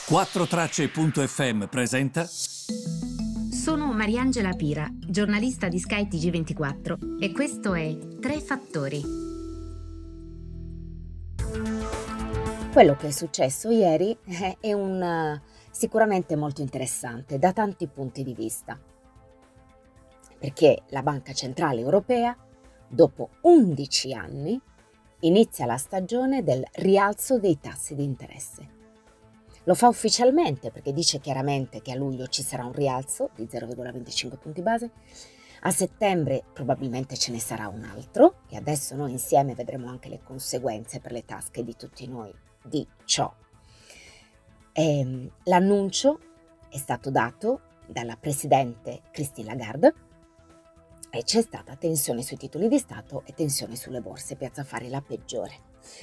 4Tracce.fm presenta. Sono Mariangela Pira, giornalista di Sky TG24 e questo è Tre Fattori. Quello che è successo ieri è sicuramente molto interessante da tanti punti di vista, perché la Banca Centrale Europea, dopo 11 anni, inizia la stagione del rialzo dei tassi di interesse. Lo fa ufficialmente perché dice chiaramente che a luglio ci sarà un rialzo di 0,25 punti base, a settembre probabilmente ce ne sarà un altro e adesso noi insieme vedremo anche le conseguenze per le tasche di tutti noi di ciò. L'annuncio è stato dato dalla presidente Christine Lagarde e c'è stata tensione sui titoli di Stato e tensione sulle borse, Piazza Affari la peggiore.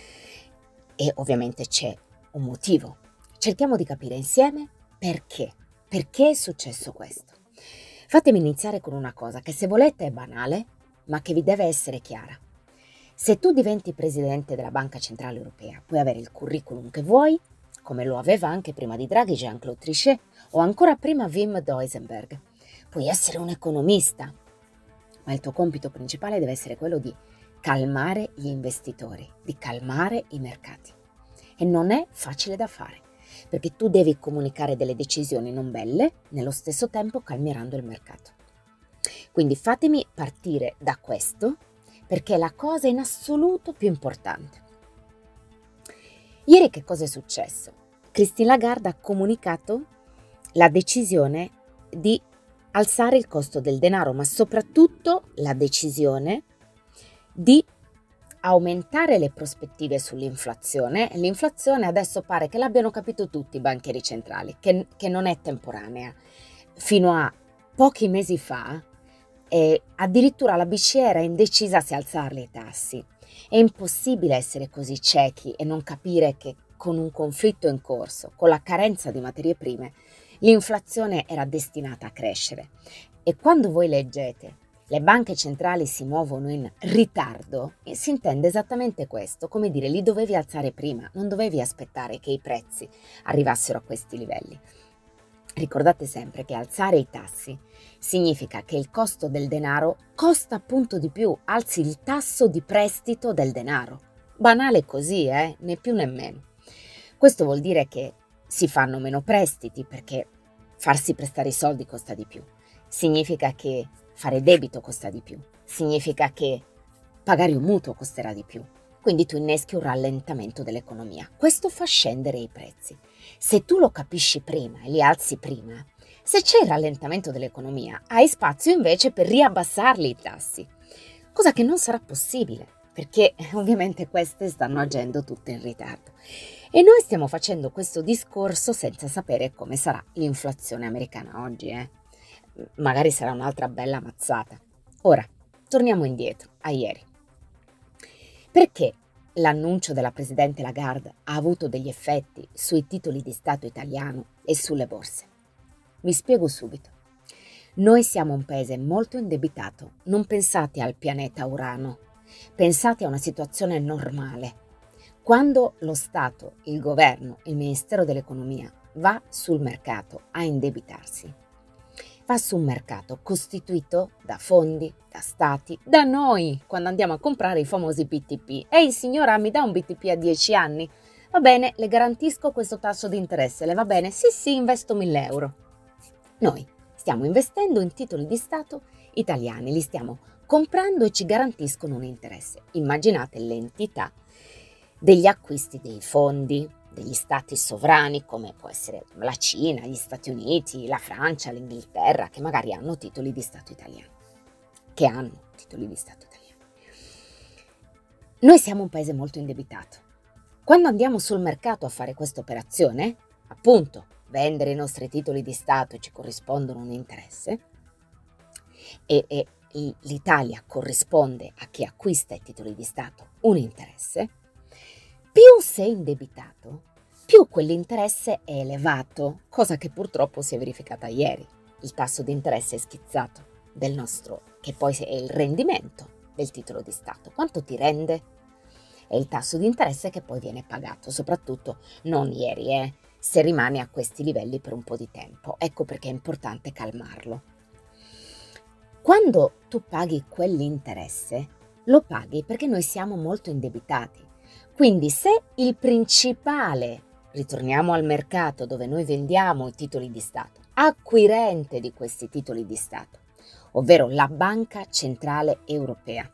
E ovviamente c'è un motivo. Cerchiamo di capire insieme perché. Perché è successo questo? Fatemi iniziare con una cosa che, se volete, è banale, ma che vi deve essere chiara. Se tu diventi presidente della Banca Centrale Europea, puoi avere il curriculum che vuoi, come lo aveva anche prima di Draghi Jean-Claude Trichet o ancora prima Wim Duisenberg. Puoi essere un economista, ma il tuo compito principale deve essere quello di calmare gli investitori, di calmare i mercati. E non è facile da fare, perché tu devi comunicare delle decisioni non belle, nello stesso tempo calmierando il mercato. Quindi fatemi partire da questo, perché è la cosa in assoluto più importante. Ieri che cosa è successo? Christine Lagarde ha comunicato la decisione di alzare il costo del denaro, ma soprattutto la decisione di aumentare le prospettive sull'inflazione. L'inflazione adesso pare che l'abbiano capito tutti i banchieri centrali, che non è temporanea. Fino a pochi mesi fa addirittura la BCE era indecisa se alzarli i tassi. È impossibile essere così ciechi e non capire che con un conflitto in corso, con la carenza di materie prime, l'inflazione era destinata a crescere. E quando voi leggete le banche centrali si muovono in ritardo, si intende esattamente questo, come dire, li dovevi alzare prima, non dovevi aspettare che i prezzi arrivassero a questi livelli. Ricordate sempre che alzare i tassi significa che il costo del denaro costa appunto di più, alzi il tasso di prestito del denaro. Banale così, né più né meno. Questo vuol dire che si fanno meno prestiti perché farsi prestare i soldi costa di più. Significa che fare debito costa di più, significa che pagare un mutuo costerà di più, quindi tu inneschi un rallentamento dell'economia. Questo fa scendere i prezzi. Se tu lo capisci prima e li alzi prima, se c'è il rallentamento dell'economia, hai spazio invece per riabbassarli i tassi, cosa che non sarà possibile, perché ovviamente queste stanno agendo tutte in ritardo. E noi stiamo facendo questo discorso senza sapere come sarà l'inflazione americana oggi, Magari sarà un'altra bella mazzata. Ora, torniamo indietro, a ieri. Perché l'annuncio della presidente Lagarde ha avuto degli effetti sui titoli di Stato italiano e sulle borse? Vi spiego subito. Noi siamo un paese molto indebitato, non pensate al pianeta Urano, pensate a una situazione normale. Quando lo Stato, il governo, il Ministero dell'Economia va sul mercato a indebitarsi, va su un mercato costituito da fondi, da stati, da noi, quando andiamo a comprare i famosi BTP. Ehi signora, mi dà un BTP a 10 anni? Va bene, le garantisco questo tasso di interesse, le va bene? Sì, investo 1.000 euro. Noi stiamo investendo in titoli di Stato italiani, li stiamo comprando e ci garantiscono un interesse. Immaginate l'entità degli acquisti dei fondi, degli stati sovrani come può essere la Cina, gli Stati Uniti, la Francia, l'Inghilterra, che magari hanno titoli di Stato italiani, Noi siamo un paese molto indebitato. Quando andiamo sul mercato a fare questa operazione, appunto, vendere i nostri titoli di Stato e ci corrispondono un interesse, e l'Italia corrisponde a chi acquista i titoli di Stato un interesse, più sei indebitato, più quell'interesse è elevato, cosa che purtroppo si è verificata ieri. Il tasso di interesse è schizzato del nostro, che poi è il rendimento del titolo di Stato. Quanto ti rende? È il tasso di interesse che poi viene pagato, soprattutto non ieri, se rimane a questi livelli per un po' di tempo. Ecco perché è importante calmarlo. Quando tu paghi quell'interesse, lo paghi perché noi siamo molto indebitati. Quindi se il principale, ritorniamo al mercato dove noi vendiamo i titoli di Stato, acquirente di questi titoli di Stato, ovvero la Banca Centrale Europea,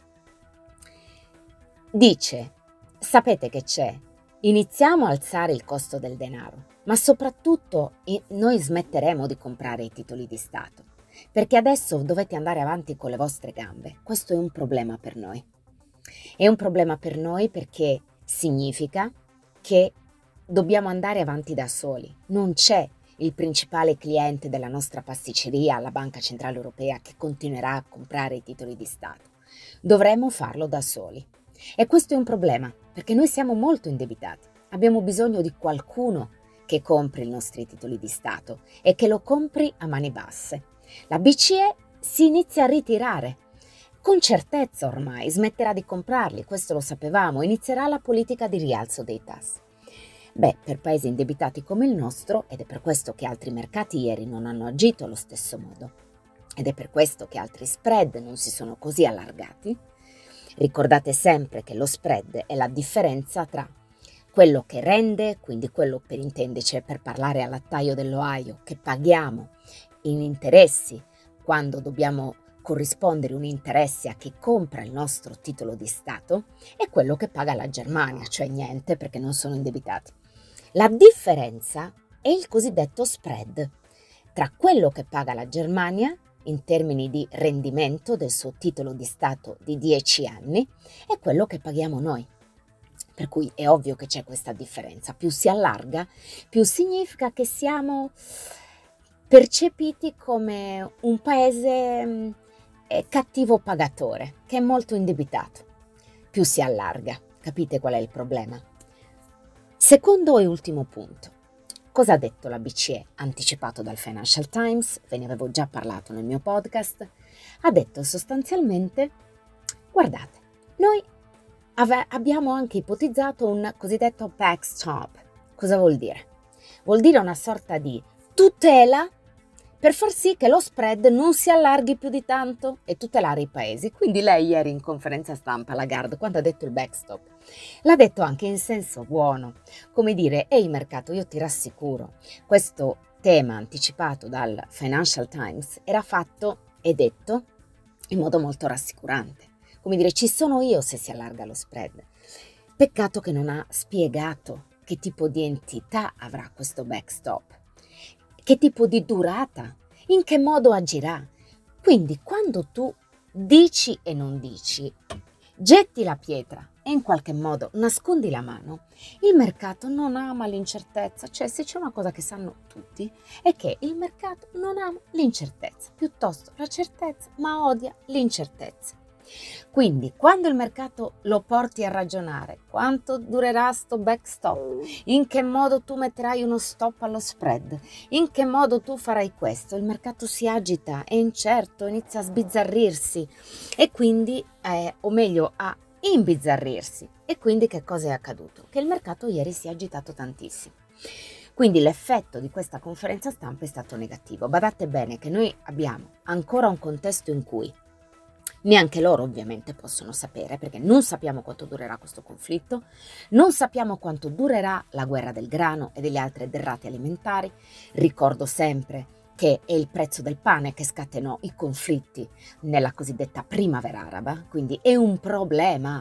dice: sapete che c'è? Iniziamo a alzare il costo del denaro, ma soprattutto noi smetteremo di comprare i titoli di Stato, perché adesso dovete andare avanti con le vostre gambe. Questo è un problema per noi. È un problema per noi perché significa che dobbiamo andare avanti da soli. Non c'è il principale cliente della nostra pasticceria, la Banca Centrale Europea, che continuerà a comprare i titoli di Stato. Dovremo farlo da soli. E questo è un problema, perché noi siamo molto indebitati. Abbiamo bisogno di qualcuno che compri i nostri titoli di Stato e che lo compri a mani basse. La BCE si inizia a ritirare. Con certezza ormai smetterà di comprarli, questo lo sapevamo, inizierà la politica di rialzo dei tassi. Per paesi indebitati come il nostro, ed è per questo che altri mercati ieri non hanno agito allo stesso modo, ed è per questo che altri spread non si sono così allargati. Ricordate sempre che lo spread è la differenza tra quello che rende, quindi quello per intenderci, per parlare al lattaio dell'Ohio, che paghiamo in interessi quando dobbiamo corrispondere un interesse a chi compra il nostro titolo di Stato, e quello che paga la Germania, cioè niente perché non sono indebitati. La differenza è il cosiddetto spread tra quello che paga la Germania in termini di rendimento del suo titolo di Stato di 10 anni e quello che paghiamo noi. Per cui è ovvio che c'è questa differenza. Più si allarga, più significa che siamo percepiti come un paese cattivo pagatore, che è molto indebitato. Più si allarga. Capite qual è il problema? Secondo e ultimo punto. Cosa ha detto la BCE, anticipato dal Financial Times? Ve ne avevo già parlato nel mio podcast. Ha detto sostanzialmente: guardate, noi abbiamo anche ipotizzato un cosiddetto backstop. Cosa vuol dire? Vuol dire una sorta di tutela per far sì che lo spread non si allarghi più di tanto e tutelare i paesi. Quindi lei ieri in conferenza stampa, Lagarde, quando ha detto il backstop, l'ha detto anche in senso buono, come dire: ehi mercato, io ti rassicuro, questo tema anticipato dal Financial Times era fatto e detto in modo molto rassicurante, come dire: ci sono io se si allarga lo spread. Peccato che non ha spiegato che tipo di entità avrà questo backstop, che tipo di durata, in che modo agirà. Quindi quando tu dici e non dici, getti la pietra e in qualche modo nascondi la mano, il mercato non ama l'incertezza. Cioè, se c'è una cosa che sanno tutti è che il mercato non ama l'incertezza, piuttosto la certezza, ma odia l'incertezza. Quindi quando il mercato lo porti a ragionare, quanto durerà sto backstop, in che modo tu metterai uno stop allo spread, in che modo tu farai questo, il mercato si agita, è incerto, inizia a sbizzarrirsi e quindi, o meglio a imbizzarrirsi. E quindi che cosa è accaduto? Che il mercato ieri si è agitato tantissimo. Quindi l'effetto di questa conferenza stampa è stato negativo. Badate bene che noi abbiamo ancora un contesto in cui neanche loro ovviamente possono sapere, perché non sappiamo quanto durerà questo conflitto, non sappiamo quanto durerà la guerra del grano e delle altre derrate alimentari. Ricordo sempre che è il prezzo del pane che scatenò i conflitti nella cosiddetta primavera araba, quindi è un problema.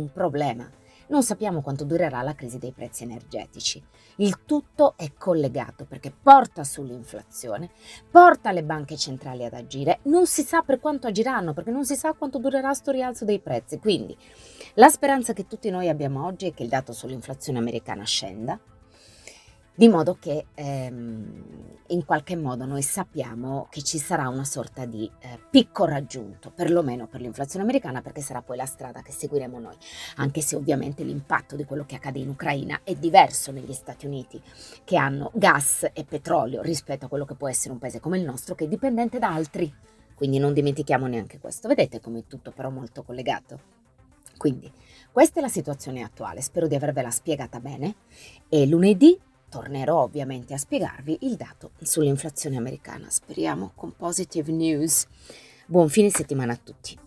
Non sappiamo quanto durerà la crisi dei prezzi energetici. Il tutto è collegato perché porta sull'inflazione, porta le banche centrali ad agire, non si sa per quanto agiranno perché non si sa quanto durerà sto rialzo dei prezzi. Quindi la speranza che tutti noi abbiamo oggi è che il dato sull'inflazione americana scenda, di modo che in qualche modo noi sappiamo che ci sarà una sorta di picco raggiunto, perlomeno per l'inflazione americana, perché sarà poi la strada che seguiremo noi, anche se ovviamente l'impatto di quello che accade in Ucraina è diverso negli Stati Uniti, che hanno gas e petrolio, rispetto a quello che può essere un paese come il nostro, che è dipendente da altri. Quindi non dimentichiamo neanche questo. Vedete come è tutto però molto collegato? Quindi questa è la situazione attuale, spero di avervela spiegata bene, e lunedì tornerò ovviamente a spiegarvi il dato sull'inflazione americana, speriamo con positive news. Buon fine settimana a tutti.